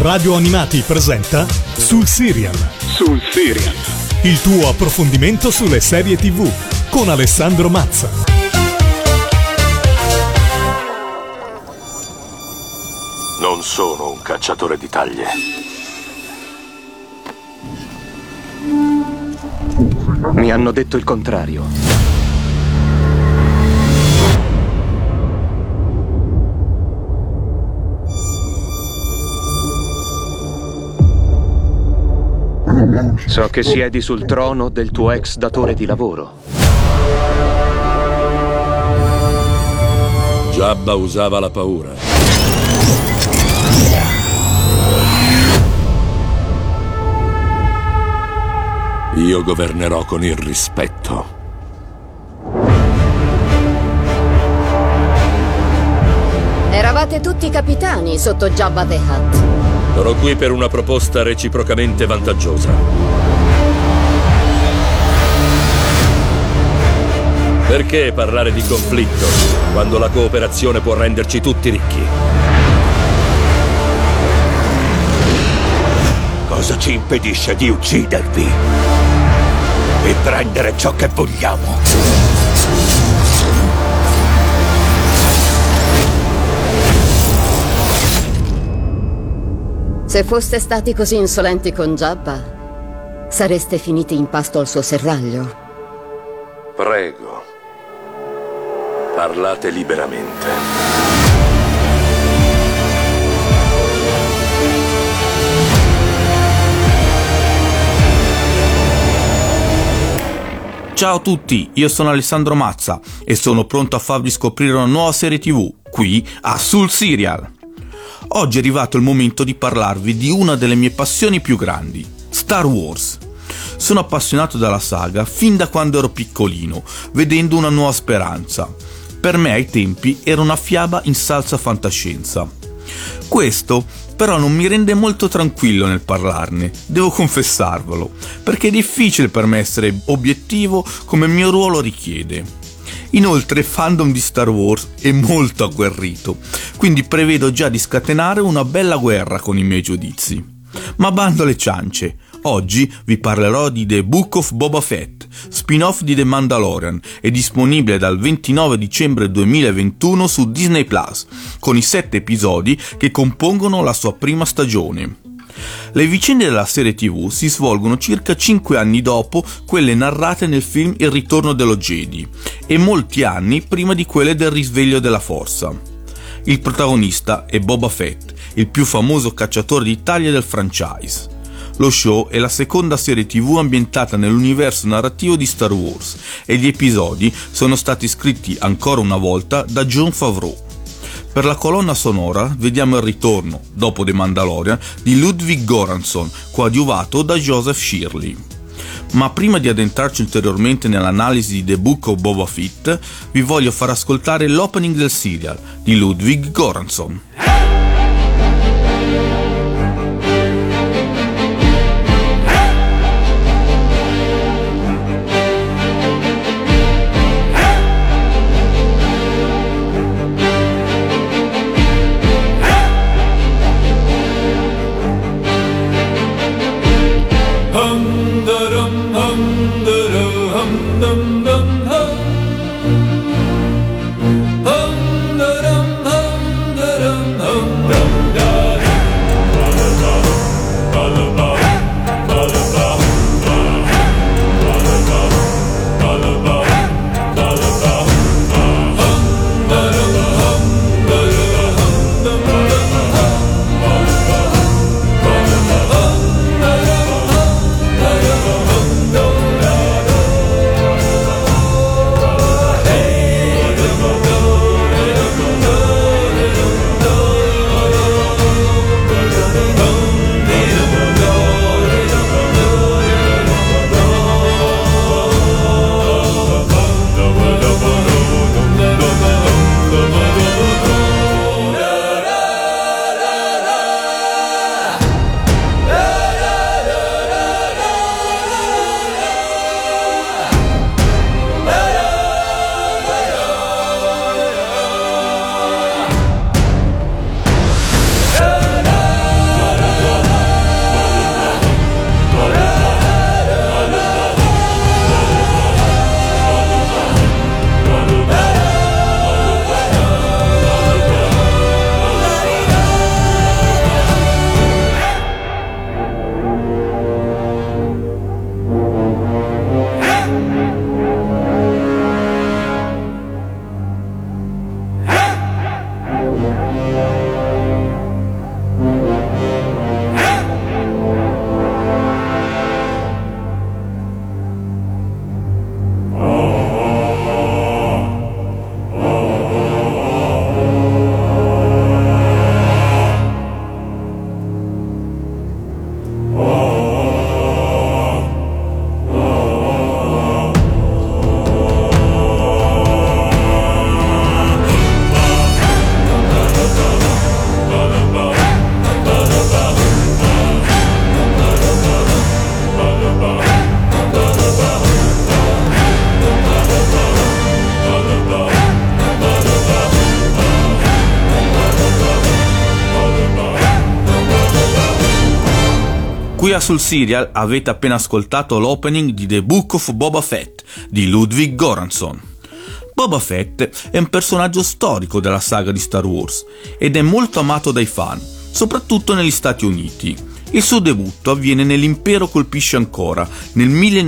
Radio Animati presenta Sul Serial. Sul Serial. Il tuo approfondimento sulle serie TV con Alessandro Mazza. Non sono un cacciatore di taglie. Mi hanno detto il contrario. So che siedi sul trono del tuo ex datore di lavoro. Jabba usava la paura. Io governerò con il rispetto. Eravate tutti capitani sotto Jabba the Hutt. Sono qui per una proposta reciprocamente vantaggiosa. Perché parlare di conflitto quando la cooperazione può renderci tutti ricchi? Cosa ci impedisce di uccidervi e prendere ciò che vogliamo? Se foste stati così insolenti con Jabba, sareste finiti in pasto al suo serraglio. Prego, parlate liberamente. Ciao a tutti, io sono Alessandro Mazza e sono pronto a farvi scoprire una nuova serie TV, qui a Sul Serial. Oggi è arrivato il momento di parlarvi di una delle mie passioni più grandi, Star Wars. Sono appassionato dalla saga fin da quando ero piccolino, vedendo Una nuova speranza. Per me ai tempi era una fiaba in salsa fantascienza. Questo però non mi rende molto tranquillo nel parlarne, devo confessarvelo, perché è difficile per me essere obiettivo come il mio ruolo richiede. Inoltre il fandom di Star Wars è molto agguerrito, quindi prevedo già di scatenare una bella guerra con i miei giudizi. Ma bando alle ciance, oggi vi parlerò di The Book of Boba Fett, spin-off di The Mandalorian, è disponibile dal 29 dicembre 2021 su Disney Plus, con i 7 episodi che compongono la sua prima stagione. Le vicende della serie TV si svolgono circa 5 anni dopo quelle narrate nel film Il ritorno dello Jedi e molti anni prima di quelle del risveglio della Forza. Il protagonista è Boba Fett, il più famoso cacciatore di taglie del franchise. Lo show è la seconda serie TV ambientata nell'universo narrativo di Star Wars e gli episodi sono stati scritti ancora una volta da Jon Favreau. Per la colonna sonora vediamo il ritorno, dopo The Mandalorian, di Ludwig Göransson, coadiuvato da Joseph Shirley. Ma prima di addentrarci ulteriormente nell'analisi di The Book of Boba Fett, vi voglio far ascoltare l'opening del serial di Ludwig Göransson. Hum, da-dum, hum, da-dum. Qui a Sul Serial avete appena ascoltato l'opening di The Book of Boba Fett di Ludwig Göransson. Boba Fett è un personaggio storico della saga di Star Wars ed è molto amato dai fan, soprattutto negli Stati Uniti. Il suo debutto avviene nell'Impero colpisce ancora, nel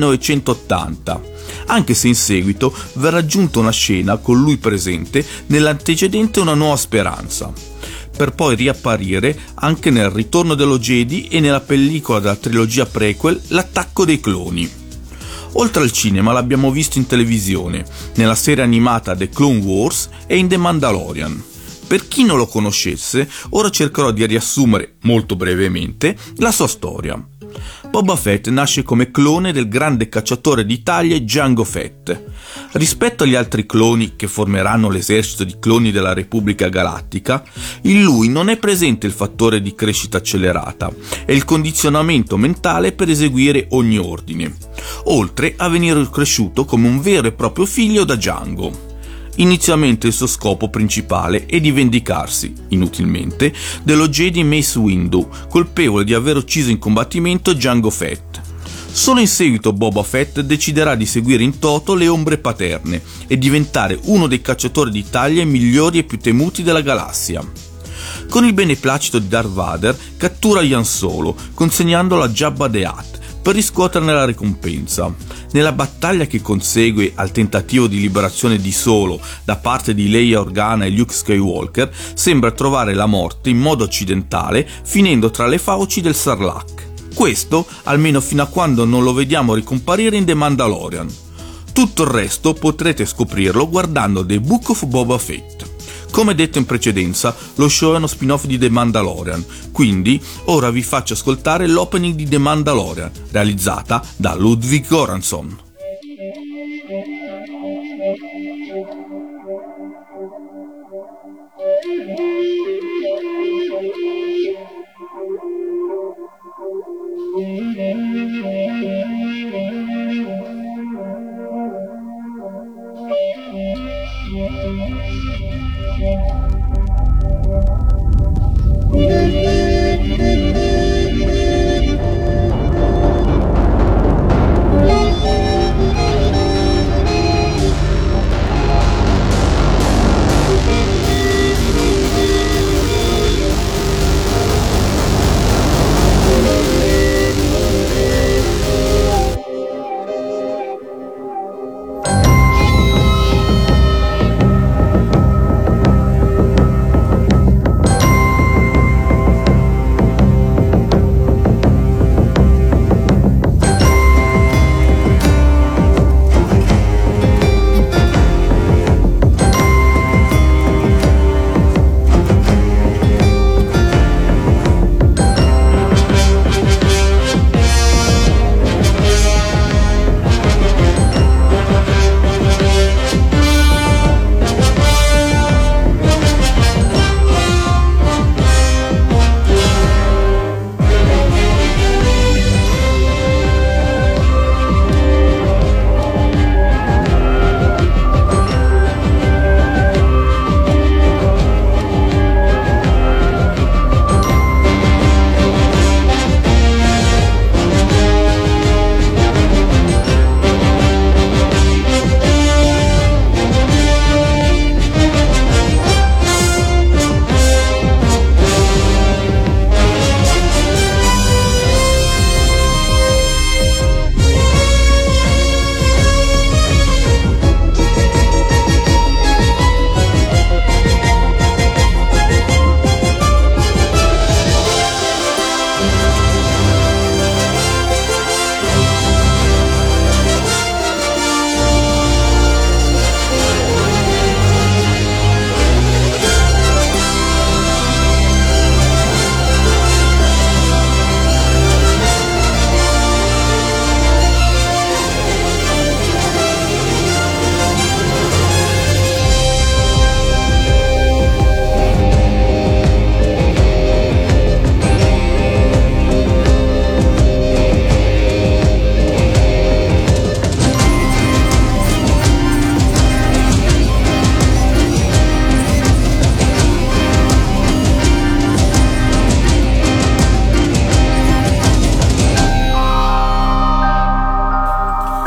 1980, anche se in seguito verrà aggiunta una scena con lui presente nell'antecedente Una nuova speranza, per poi riapparire anche nel Ritorno dello Jedi e nella pellicola della trilogia prequel L'attacco dei cloni. Oltre al cinema l'abbiamo visto in televisione, nella serie animata The Clone Wars e in The Mandalorian. Per chi non lo conoscesse, ora cercherò di riassumere, molto brevemente, la sua storia. Boba Fett nasce come clone del grande cacciatore di taglie Jango Fett. Rispetto agli altri cloni che formeranno l'esercito di cloni della Repubblica Galattica, in lui non è presente il fattore di crescita accelerata e il condizionamento mentale per eseguire ogni ordine, oltre a venire cresciuto come un vero e proprio figlio da Jango. Inizialmente il suo scopo principale è di vendicarsi, inutilmente, dello Jedi Mace Windu, colpevole di aver ucciso in combattimento Jango Fett. Solo in seguito Boba Fett deciderà di seguire in toto le ombre paterne e diventare uno dei cacciatori di taglie migliori e più temuti della galassia. Con il beneplacito di Darth Vader cattura Han Solo, consegnandolo a Jabba the Hutt per riscuoterne la ricompensa. Nella battaglia che consegue al tentativo di liberazione di Solo da parte di Leia Organa e Luke Skywalker, sembra trovare la morte in modo accidentale, finendo tra le fauci del Sarlacc. Questo almeno fino a quando non lo vediamo ricomparire in The Mandalorian. Tutto il resto potrete scoprirlo guardando The Book of Boba Fett. Come detto in precedenza, lo show è uno spin-off di The Mandalorian, quindi ora vi faccio ascoltare l'opening di The Mandalorian, realizzata da Ludwig Göransson.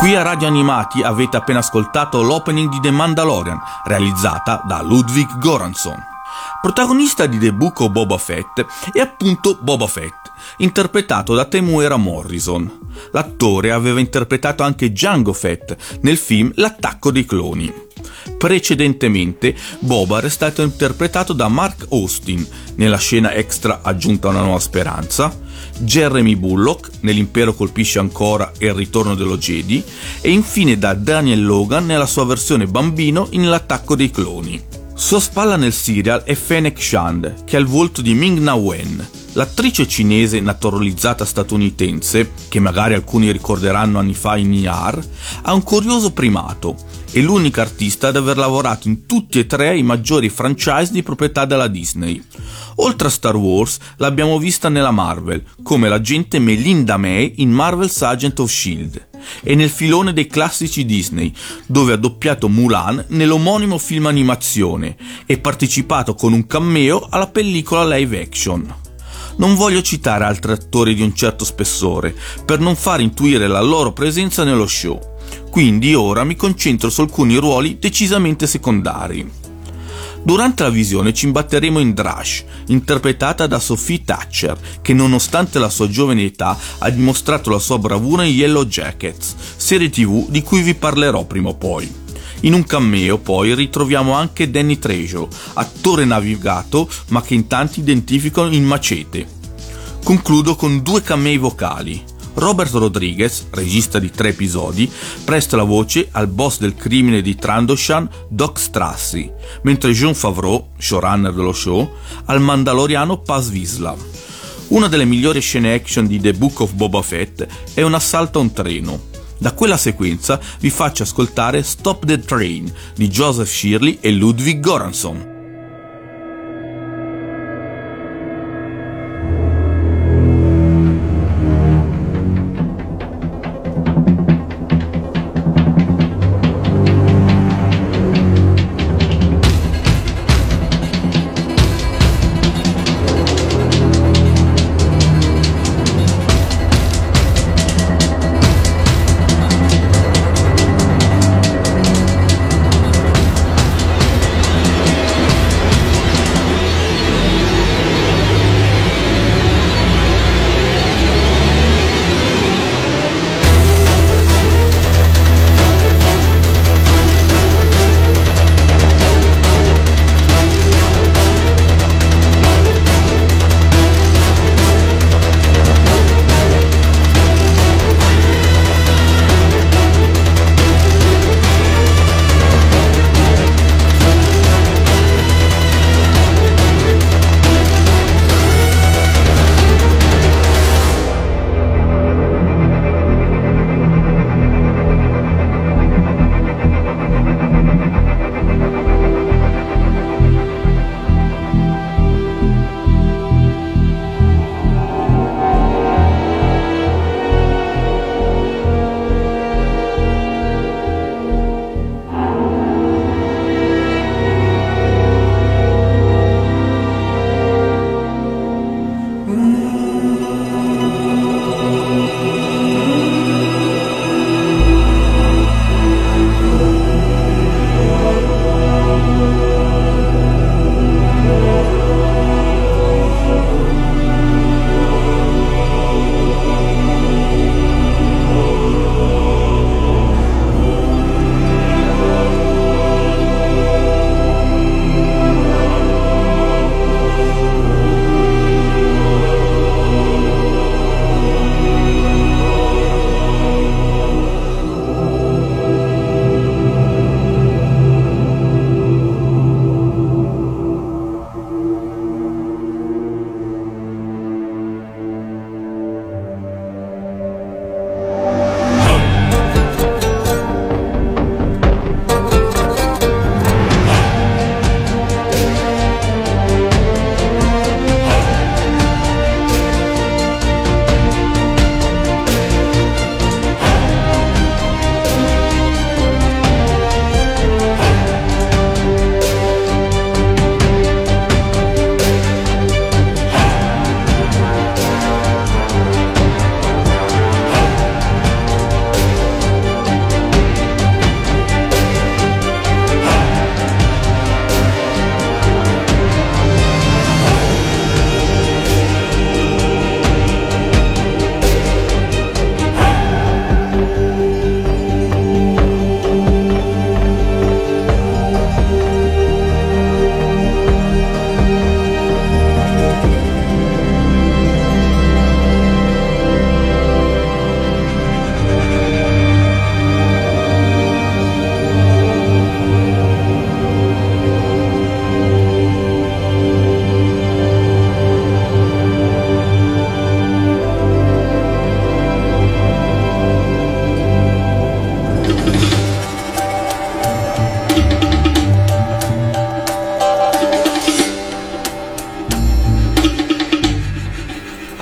Qui a Radio Animati avete appena ascoltato l'opening di The Mandalorian, realizzata da Ludwig Göransson. Protagonista di The Book of Boba Fett è appunto Boba Fett, interpretato da Temuera Morrison. L'attore aveva interpretato anche Jango Fett nel film L'attacco dei cloni. Precedentemente Boba era stato interpretato da Mark Austin nella scena extra aggiunta Una nuova speranza, Jeremy Bullock nell'Impero colpisce ancora e il ritorno dello Jedi e infine da Daniel Logan nella sua versione bambino in L'attacco dei cloni. Sua spalla nel serial è Fennec Shand, che ha il volto di Ming-Na Wen. L'attrice cinese naturalizzata statunitense, che magari alcuni ricorderanno anni fa in ER, ha un curioso primato. È l'unica artista ad aver lavorato in tutti e tre i maggiori franchise di proprietà della Disney. Oltre a Star Wars, l'abbiamo vista nella Marvel, come l'agente Melinda May in Marvel's Agent of S.H.I.E.L.D. e nel filone dei classici Disney, dove ha doppiato Mulan nell'omonimo film animazione e partecipato con un cameo alla pellicola live action. Non voglio citare altri attori di un certo spessore, per non far intuire la loro presenza nello show, quindi ora mi concentro su alcuni ruoli decisamente secondari. Durante la visione ci imbatteremo in Drash, interpretata da Sophie Thatcher, che nonostante la sua giovane età ha dimostrato la sua bravura in Yellow Jackets, serie TV di cui vi parlerò prima o poi. In un cameo poi ritroviamo anche Danny Trejo, attore navigato ma che in tanti identificano in Macete. Concludo con 2 camei vocali. Robert Rodriguez, regista di 3 episodi, presta la voce al boss del crimine di Trandoshan, Doc Strassi, mentre Jon Favreau, showrunner dello show, al mandaloriano Paz Vizsla. Una delle migliori scene action di The Book of Boba Fett è un assalto a un treno. Da quella sequenza vi faccio ascoltare Stop the Train di Joseph Shirley e Ludwig Göransson.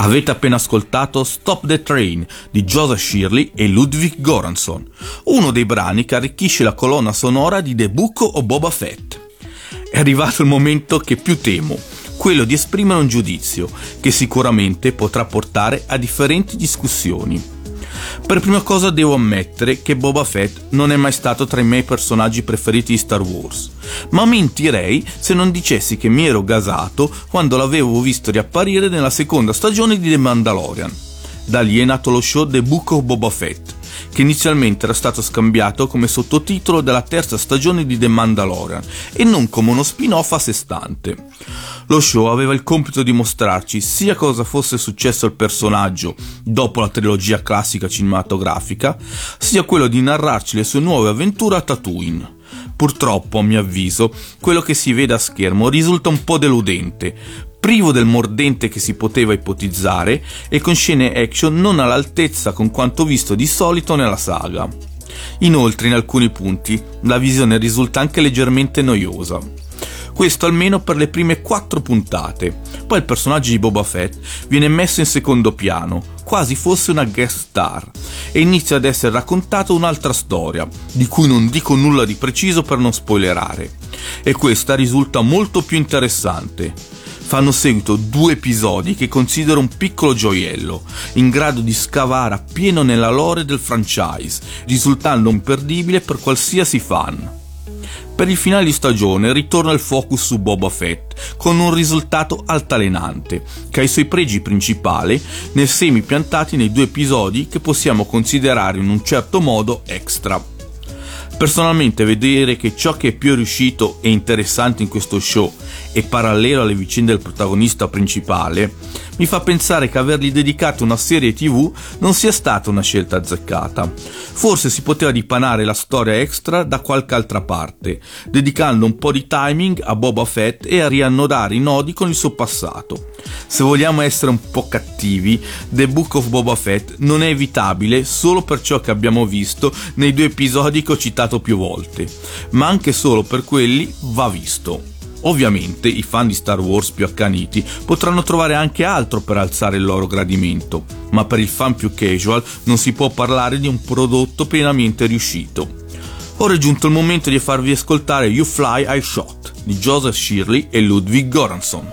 Avete appena ascoltato Stop the Train di Joseph Shirley e Ludwig Göransson, uno dei brani che arricchisce la colonna sonora di The Book of Boba Fett. È arrivato il momento che più temo, quello di esprimere un giudizio che sicuramente potrà portare a differenti discussioni. Per prima cosa devo ammettere che Boba Fett non è mai stato tra i miei personaggi preferiti di Star Wars, ma mentirei se non dicessi che mi ero gasato quando l'avevo visto riapparire nella seconda stagione di The Mandalorian. Da lì è nato lo show The Book of Boba Fett, che inizialmente era stato scambiato come sottotitolo della terza stagione di The Mandalorian e non come uno spin-off a sé stante. Lo show aveva il compito di mostrarci sia cosa fosse successo al personaggio dopo la trilogia classica cinematografica, sia quello di narrarci le sue nuove avventure a Tatooine. Purtroppo, a mio avviso, quello che si vede a schermo risulta un po' deludente, privo del mordente che si poteva ipotizzare e con scene action non all'altezza con quanto visto di solito nella saga. Inoltre, in alcuni punti, la visione risulta anche leggermente noiosa. Questo almeno per le prime 4 puntate. Poi il personaggio di Boba Fett viene messo in secondo piano, quasi fosse una guest star, e inizia ad essere raccontata un'altra storia, di cui non dico nulla di preciso per non spoilerare. E questa risulta molto più interessante. Fanno seguito 2 episodi che considero un piccolo gioiello, in grado di scavare appieno nella lore del franchise, risultando imperdibile per qualsiasi fan. Per il finale di stagione ritorna il focus su Boba Fett, con un risultato altalenante, che ha i suoi pregi principali nei semi piantati nei 2 episodi che possiamo considerare in un certo modo extra. Personalmente vedere che ciò che è più riuscito e interessante in questo show è parallelo alle vicende del protagonista principale, mi fa pensare che avergli dedicato una serie TV non sia stata una scelta azzeccata. Forse si poteva dipanare la storia extra da qualche altra parte, dedicando un po' di timing a Boba Fett e a riannodare i nodi con il suo passato. Se vogliamo essere un po' cattivi, The Book of Boba Fett non è evitabile solo per ciò che abbiamo visto nei 2 episodi che ho citato più volte, ma anche solo per quelli va visto. Ovviamente i fan di Star Wars più accaniti potranno trovare anche altro per alzare il loro gradimento, ma per il fan più casual non si può parlare di un prodotto pienamente riuscito. Ora è giunto il momento di farvi ascoltare You Fly, I Shot di Joseph Shirley e Ludwig Göransson.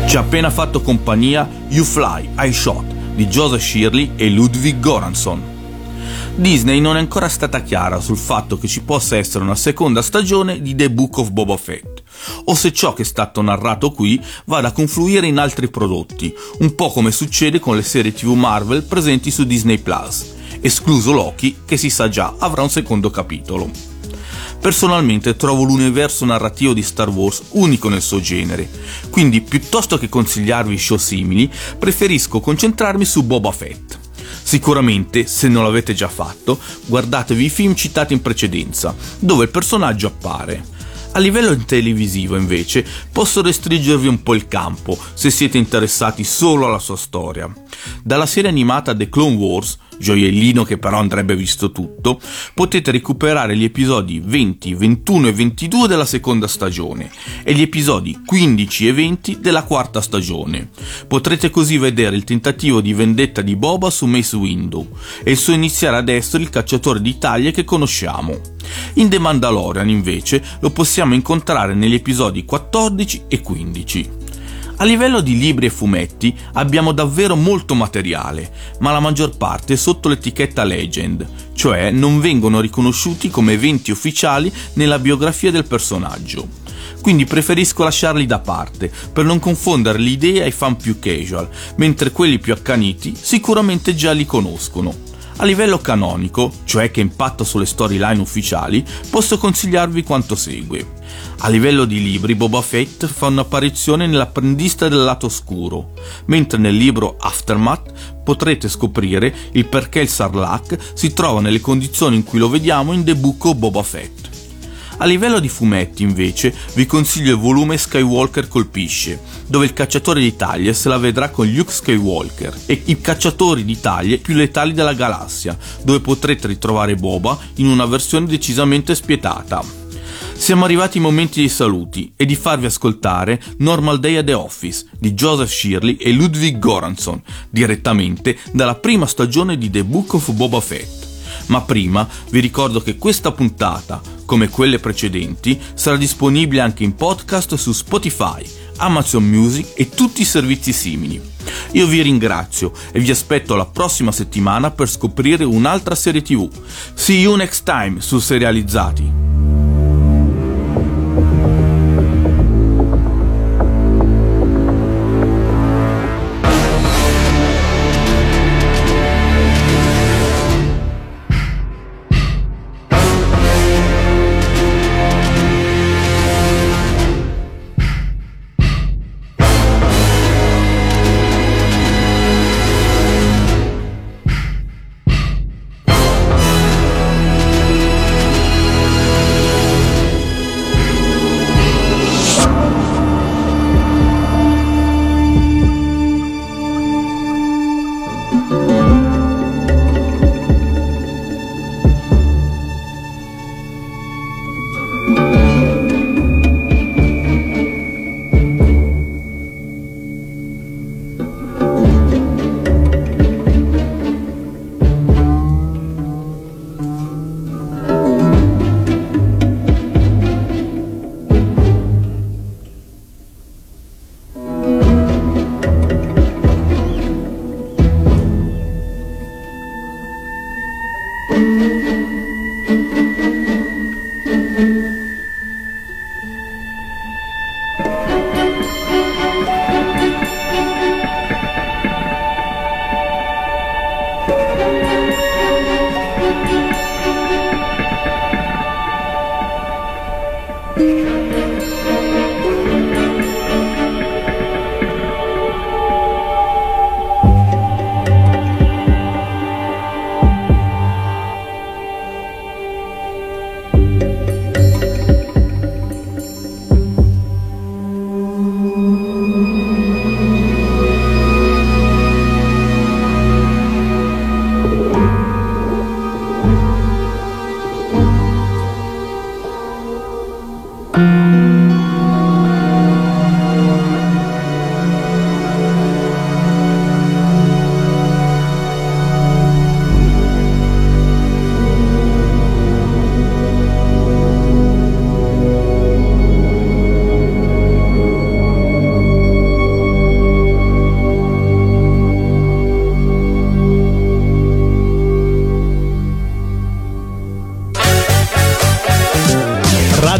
Ci ha appena fatto compagnia You Fly, I Shot di Joseph Shirley e Ludwig Göransson. Disney non è ancora stata chiara sul fatto che ci possa essere una seconda stagione di The Book of Boba Fett, o se ciò che è stato narrato qui vada a confluire in altri prodotti, un po' come succede con le serie TV Marvel presenti su Disney Plus, escluso Loki, che si sa già avrà un secondo capitolo. Personalmente trovo l'universo narrativo di Star Wars unico nel suo genere, quindi piuttosto che consigliarvi show simili, preferisco concentrarmi su Boba Fett. Sicuramente, se non l'avete già fatto, guardatevi i film citati in precedenza, dove il personaggio appare. A livello televisivo, invece, posso restringervi un po' il campo, se siete interessati solo alla sua storia. Dalla serie animata The Clone Wars, gioiellino che però andrebbe visto tutto, potete recuperare gli episodi 20, 21 e 22 della seconda stagione e gli episodi 15 e 20 della quarta stagione. Potrete così vedere il tentativo di vendetta di Boba su Mace Windu e il suo iniziare ad essere il cacciatore di taglie che conosciamo. In The Mandalorian, invece, lo possiamo incontrare negli episodi 14 e 15. A livello di libri e fumetti abbiamo davvero molto materiale, ma la maggior parte è sotto l'etichetta Legend, cioè non vengono riconosciuti come eventi ufficiali nella biografia del personaggio. Quindi preferisco lasciarli da parte, per non confondere l'idea ai fan più casual, mentre quelli più accaniti sicuramente già li conoscono. A livello canonico, cioè che impatta sulle storyline ufficiali, posso consigliarvi quanto segue. A livello di libri, Boba Fett fa un'apparizione nell'Apprendista del lato oscuro, mentre nel libro Aftermath potrete scoprire il perché il Sarlacc si trova nelle condizioni in cui lo vediamo in The Book of Boba Fett. A livello di fumetti, invece, vi consiglio il volume Skywalker colpisce, dove il cacciatore di taglie se la vedrà con Luke Skywalker, e i cacciatori di taglie più letali della galassia, dove potrete ritrovare Boba in una versione decisamente spietata. Siamo arrivati ai momenti dei saluti e di farvi ascoltare Normal Day at the Office di Joseph Shirley e Ludwig Göransson, direttamente dalla prima stagione di The Book of Boba Fett. Ma prima vi ricordo che questa puntata, come quelle precedenti, sarà disponibile anche in podcast su Spotify, Amazon Music e tutti i servizi simili. Io vi ringrazio e vi aspetto la prossima settimana per scoprire un'altra serie TV. See you next time su Serializzati!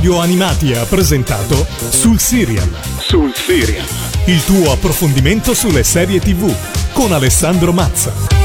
Studio Animati ha presentato Sul Serial. Sul Serial. Il tuo approfondimento sulle serie TV con Alessandro Mazza.